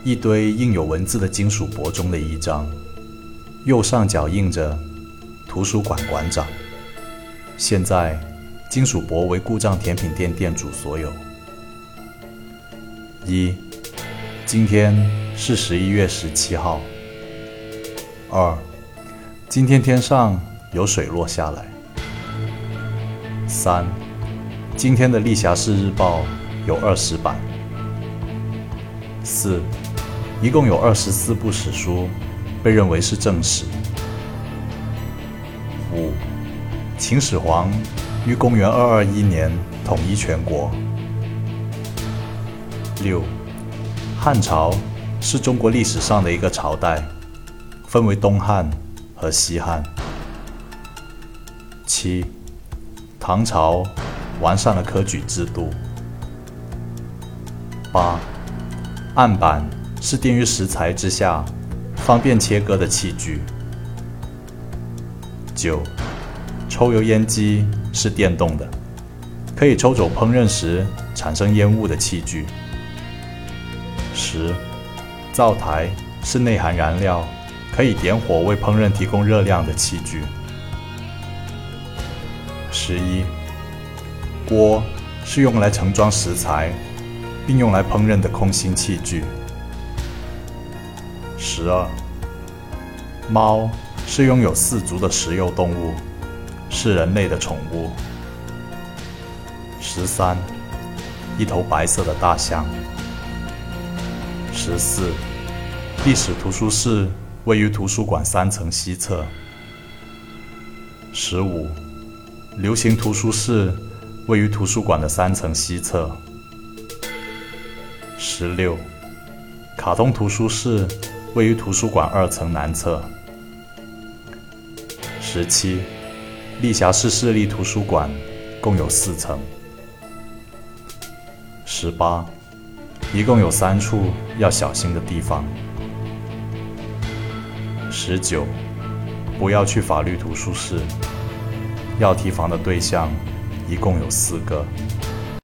一堆印有文字的金属箔中的一张，右上角印着图书馆馆长。现在金属箔为故障甜品店店主所有。1. 今天是11月17号。2. 今天天上有水落下来。3. 今天的历霞市日报有20版。4. 一共有24部史书被认为是正史。5. 秦始皇于公元221年统一全国。6. 汉朝是中国历史上的一个朝代，分为东汉和西汉。7. 唐朝完善了科举制度。8. 案板是垫于石材之下，方便切割的器具。9. 抽油烟机是电动的，可以抽走烹饪时产生烟雾的器具。10. 灶台是内含燃料，可以点火为烹饪提供热量的器具。11. 锅是用来盛装食材并用来烹饪的空心器具。12. 猫是拥有4足的食肉动物，是人类的宠物。13. 一头白色的大象。14. 历史图书室位于图书馆3层西侧。15. 流行图书室位于图书馆的3层西侧。16. 卡通图书室位于图书馆2层南侧。17. 历霞市市立图书馆共有4层。18. 一共有3处要小心的地方。19. 不要去法律图书室，要提防的对象一共有4个。